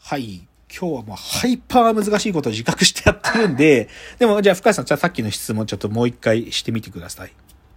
はい。今日はもうハイパー難しいことを自覚してやってるんで、でもじゃあ深谷さん、じゃあさっきの質問ちょっともう一回してみてください。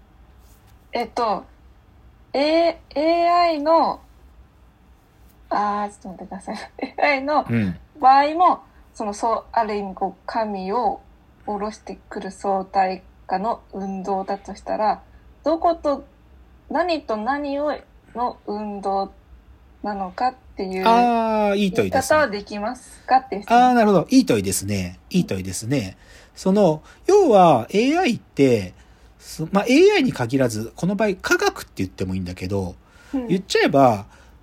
AI の、ちょっと待ってください。AI のうん。 場合も、ある意味神を下ろしてくる相対化の運動だとしたら、何と何をの運動なのかっていういい問言いいですね。 方はできますかっていう質問。 なるほど。いい問いですね。いい問いですね。要は AI って、AI に限らず、この場合科学って言ってもいいんだけど、言っちゃえば、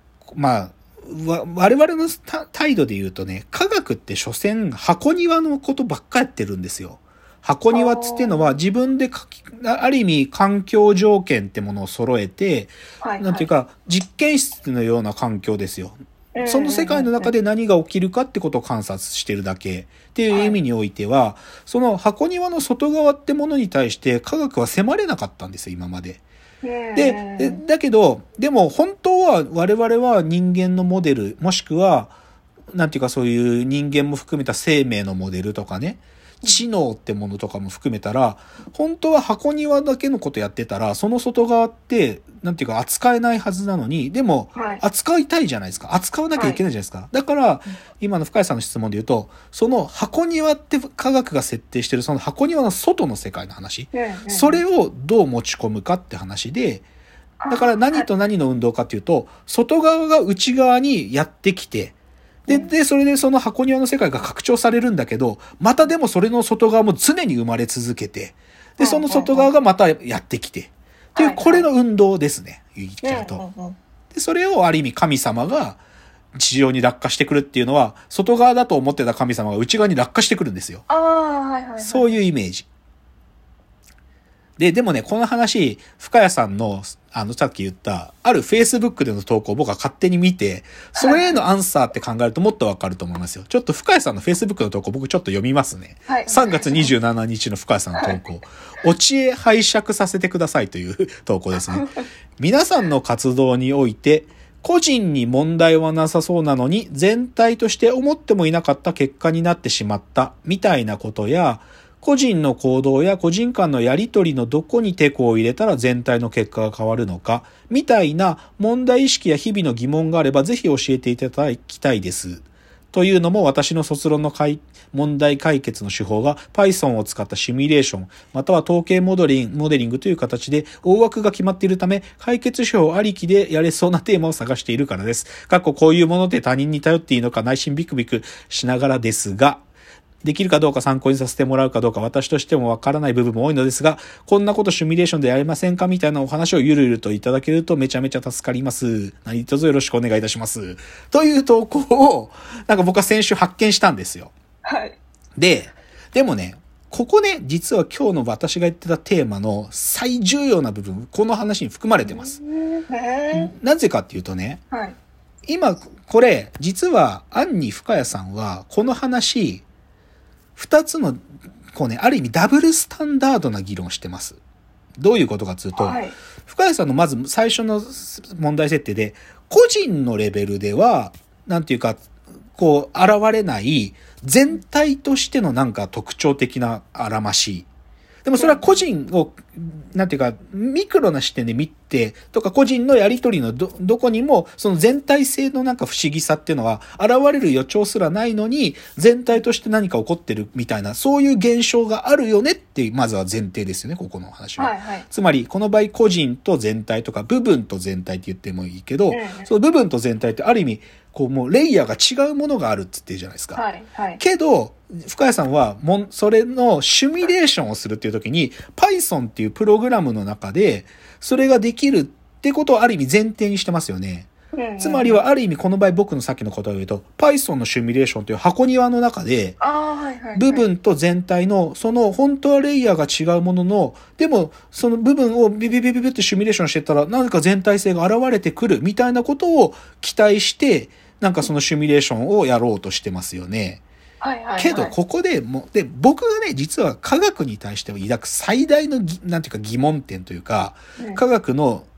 我々の態度で言うとね、科学って所詮箱庭のことばっかやってるんですよ。箱庭っつってのは自分である意味環境条件ってものを揃えて、なんていうか実験室のような環境ですよ。その世界の中で何が起きるかってことを観察してるだけっていう意味においては、その箱庭の外側ってものに対して科学は迫れなかったんですよ、今まで。だけど、でも本当は我々は人間のモデル、もしくは、なんていうかそういう人間も含めた生命のモデルとかね、知能ってものとかも含めたら、本当は箱庭だけのことやってたら、その外側って、なんていうか扱えないはずなのに、でも、扱いたいじゃないですか。扱わなきゃいけないじゃないですか。だから、今の深井さんの質問で言うと、その箱庭って科学が設定してるその箱庭の外の世界の話、それをどう持ち込むかって話で、だから何と何の運動かっていうと、外側が内側にやってきて、で、それでその箱庭の世界が拡張されるんだけど、またでもそれの外側も常に生まれ続けて、で、その外側がまたやってきて、っていう、これの運動ですね、言っちゃうと。で、それをある意味神様が地上に落下してくるっていうのは、外側だと思ってた神様が内側に落下してくるんですよ。そういうイメージ。でもね、この話、深谷さんの、さっき言った、ある Facebook での投稿を僕は勝手に見て、それへのアンサーって考えるともっとわかると思いますよ。ちょっと深谷さんの Facebook の投稿僕ちょっと読みますね。3月27日の深谷さんの投稿。お知恵拝借させてくださいという投稿ですね。皆さんの活動において、個人に問題はなさそうなのに、全体として思ってもいなかった結果になってしまった、みたいなことや、個人の行動や個人間のやりとりのどこにテコを入れたら全体の結果が変わるのか、みたいな問題意識や日々の疑問があればぜひ教えていただきたいです。というのも私の卒論の問題解決の手法が Python を使ったシミュレーション、または統計モデリングという形で大枠が決まっているため、解決手法ありきでやれそうなテーマを探しているからです。こういうものって他人に頼っていいのか内心ビクビクしながらですが、できるかどうか参考にさせてもらうかどうか私としてもわからない部分も多いのですが、こんなことシミュレーションでやりませんかみたいなお話をゆるゆるといただけるとめちゃめちゃ助かります。何卒よろしくお願いいたします。という投稿を、僕は先週発見したんですよ。でもね、ここね、実は今日の私が言ってたテーマの最重要な部分、この話に含まれてます。なぜかっていうとね、今これ、実は暗に深谷さんはこの話、二つの、ある意味ダブルスタンダードな議論をしてます。どういうことかというと、深谷さんのまず最初の問題設定で、個人のレベルでは、なんていうか、現れない全体としての特徴的なあらまし。でもそれは個人を、なんていうか、ミクロな視点で見て、とか個人のやりとりのどこにも、その全体性の不思議さっていうのは、現れる予兆すらないのに、全体として何か起こってるみたいな、そういう現象があるよねっていう、まずは前提ですよね、ここの話は。つまり、この場合、個人と全体とか、部分と全体って言ってもいいけど、その部分と全体ってある意味、もうレイヤーが違うものがあるって言ってるじゃないですか。けど、深谷さんはそれのシミュレーションをするっていう時に Python っていうプログラムの中でそれができるってことをある意味前提にしてますよね。つまりはある意味この場合僕のさっきの答えを言うと Python のシミュレーションという箱庭の中で部分と全体のその本当はレイヤーが違うもののでもその部分をビビビビビってシミュレーションしてたら何か全体性が現れてくるみたいなことを期待してそのシミュレーションをやろうとしてますよね。けどここで僕がね実は科学に対して抱く最大のなんていうか疑問点というか、科学の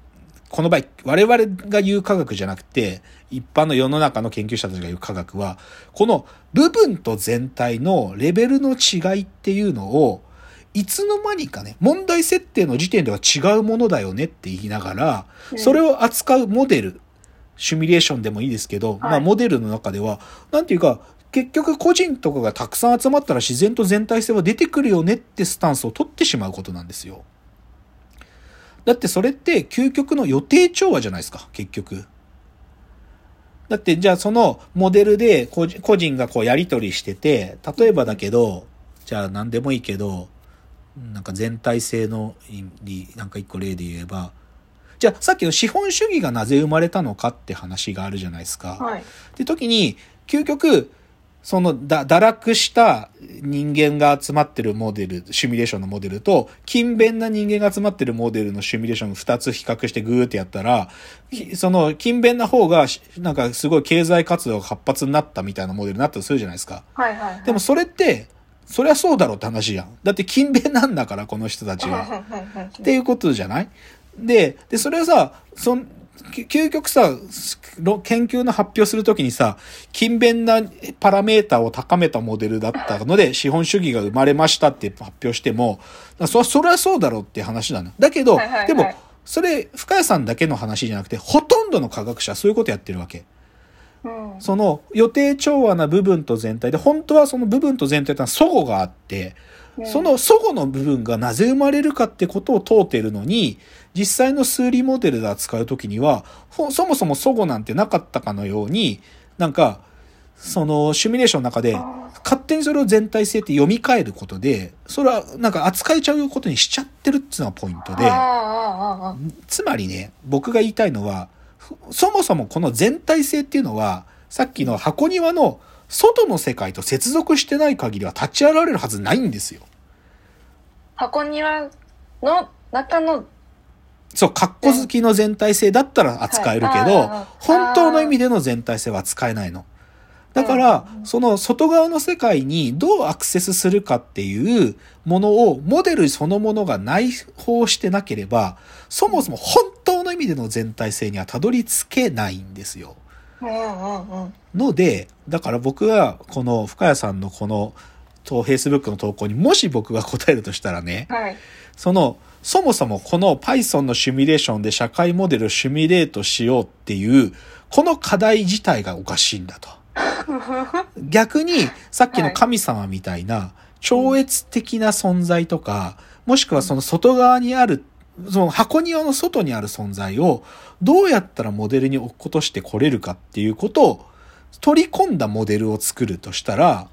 この場合、我々が言う科学じゃなくて、一般の世の中の研究者たちが言う科学は、この部分と全体のレベルの違いっていうのを、いつの間にかね、問題設定の時点では違うものだよねって言いながら、それを扱うモデル、シミュレーションでもいいですけど、まあモデルの中では、なんていうか、結局個人とかがたくさん集まったら自然と全体性は出てくるよねってスタンスを取ってしまうことなんですよ。だってそれって究極の予定調和じゃないですか、結局。だってじゃあそのモデルで個人がこうやり取りしてて、例えばだけど、じゃあ何でもいいけど、なんか全体性の意味、なんか一個例で言えば、じゃあさっきの資本主義がなぜ生まれたのかって話があるじゃないですか。 はい。 って時に、究極、その堕落した人間が集まってるモデル、シミュレーションのモデルと、勤勉な人間が集まってるモデルのシミュレーション2つ比較してグーってやったら、その勤勉な方が、なんかすごい経済活動が活発になったみたいなモデルになったとするじゃないですか。 はいはい、はい。 でもそれって、そりゃそうだろうって話じゃん。だって勤勉なんだから、この人たちは。っていうことじゃない？で、それはさ、究極さ、研究の発表するときにさ、勤勉なパラメータを高めたモデルだったので、資本主義が生まれましたって発表しても、それはそうだろうっていう話なの。だけど、 はいはいはい、 でも、それ、深谷さんだけの話じゃなくて、ほとんどの科学者はそういうことやってるわけ。 うん、 その予定調和な部分と全体で、本当はその部分と全体というのは齟齬があって、その齟齬の部分がなぜ生まれるかってことを問うているのに、実際の数理モデルで扱うときには、そもそも齟齬なんてなかったかのように、なんか、そのシミュレーションの中で、勝手にそれを全体性って読み替えることで、それはなんか扱えちゃうことにしちゃってるっていうのがポイントで、つまりね、僕が言いたいのは、そもそもこの全体性っていうのは、さっきの箱庭の外の世界と接続してない限りは立ち上がれるはずないんですよ。 箱庭の中の、 そう、カッコ好きの全体性だったら扱えるけど、本当の意味での全体性は扱えないの。だから、その外側の世界にどうアクセスするかっていうものを、モデルそのものが内包してなければ、そもそも本当の意味での全体性にはたどり着けないんですよ。ので、だから僕はこの深谷さんのこのFacebook の投稿にもし僕が答えるとしたらね、 はい、 そもそもこの Python のシミュレーションで社会モデルをシミュレートしようっていうこの課題自体がおかしいんだと。逆にさっきの神様みたいな超越的な存在とか、もしくはその外側にある、その箱庭の外にある存在をどうやったらモデルに落っことしてこれるかっていうことを取り込んだモデルを作るとしたら、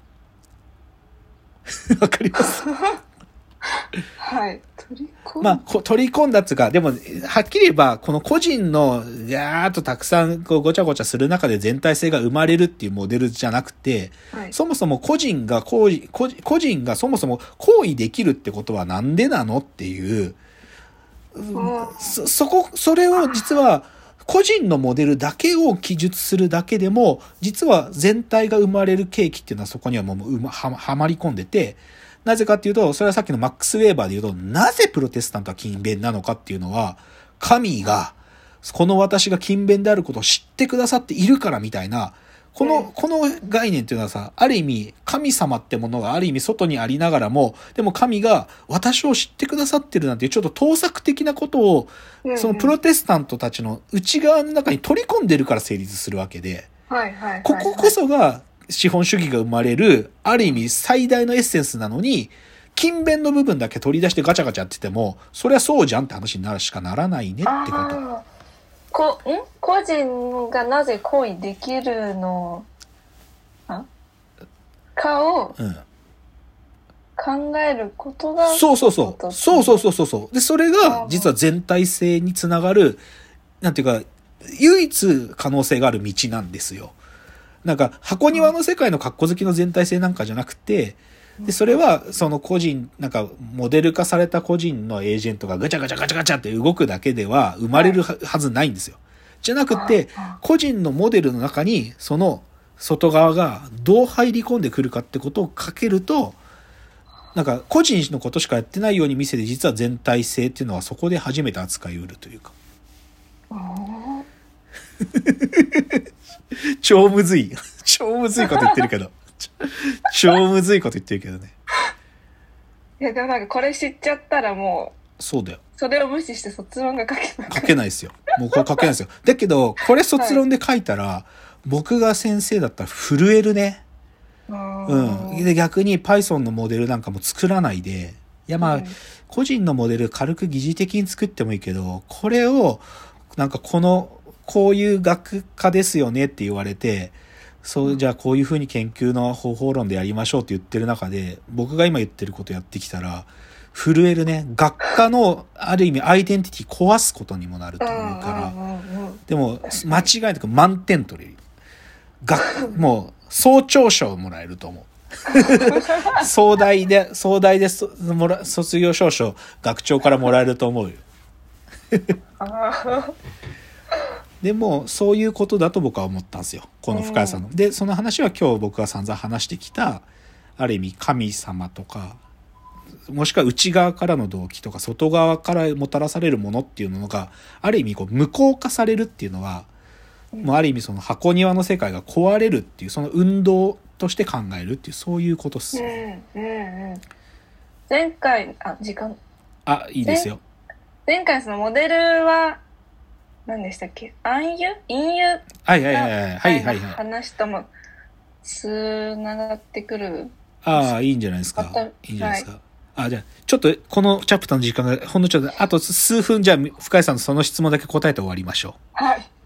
わかりますはい。 取り込んだっていうか、でも、はっきり言えば、この個人の、やーっとたくさんこうごちゃごちゃする中で全体性が生まれるっていうモデルじゃなくて、はい、そもそも個人がそもそも行為できるってことはなんでなのっていう、それを実は、個人のモデルだけを記述するだけでも、実は全体が生まれる契機っていうのはそこにはもうはまり込んでて、なぜかっていうと、それはさっきのマックス・ウェーバーで言うと、なぜプロテスタントは勤勉なのかっていうのは、神が、この私が勤勉であることを知ってくださっているからみたいな、この概念っていうのはさ、ある意味、神様ってものがある意味外にありながらも、でも神が私を知ってくださってるなんていうちょっと盗作的なことを、そのプロテスタントたちの内側の中に取り込んでるから成立するわけで、こここそが資本主義が生まれる、ある意味最大のエッセンスなのに、勤勉の部分だけ取り出してガチャガチャやってても、そりゃそうじゃんって話になるしかならないねってこと。 個人がなぜ行為できるのかを考えることが、 そう。で、それが実は全体性につながる、なんていうか、唯一可能性がある道なんですよ。なんか、箱庭の世界の格好好きの全体性なんかじゃなくて、で、それは、その個人、なんか、モデル化された個人のエージェントがガチャガチャガチャガチャって動くだけでは生まれるはずないんですよ。じゃなくて、個人のモデルの中に、その外側がどう入り込んでくるかってことをかけると、なんか、個人のことしかやってないように見せて、実は全体性っていうのはそこで初めて扱いうるというか。 あ超むずい。超むずいこと言ってるけど。超むずいこと言ってるけどね。 いやでもなんかこれ知っちゃったらもそうだよ。 うそれを無視して卒論が書けな書けないですよ。もうこれ書けないですよ。だけど、これ卒論で書いたら、僕が先生だったら震えるね。うん。で、逆に Python のモデルなんかも作らないで、いやまあ、個人のモデル軽く疑似的に作ってもいいけど、これを、なんかこういう学科ですよねって言われて、じゃあこういうふうに研究の方法論でやりましょうって言ってる中で、僕が今言ってることやってきたら、震えるね。学科の、ある意味アイデンティティ壊すことにもなると思うから、でも、間違いなく満点取れる。もう、総長賞もらえると思う。壮大で卒業証書学長からもらえると思うよ。でもそういうことだと僕は思ったんですよ、この深谷さんの。でその話は今日僕が散々話してきた、ある意味神様とか、もしくは内側からの動機とか外側からもたらされるものっていうのがある意味こう無効化されるっていうのは、もうある意味その箱庭の世界が壊れるっていう、その運動として考えるっていう、そういうことっす。 前回時間いいですよ。 前回そのモデルは何でしたっけ、暗喩はい話ともつながってくる。 いいんじゃないですか。いいんじゃないですか。じゃあちょっとこのチャプターの時間がほんのちょっとあと数分、じゃあ深谷さんのその質問だけ答えて終わりましょう。 はい。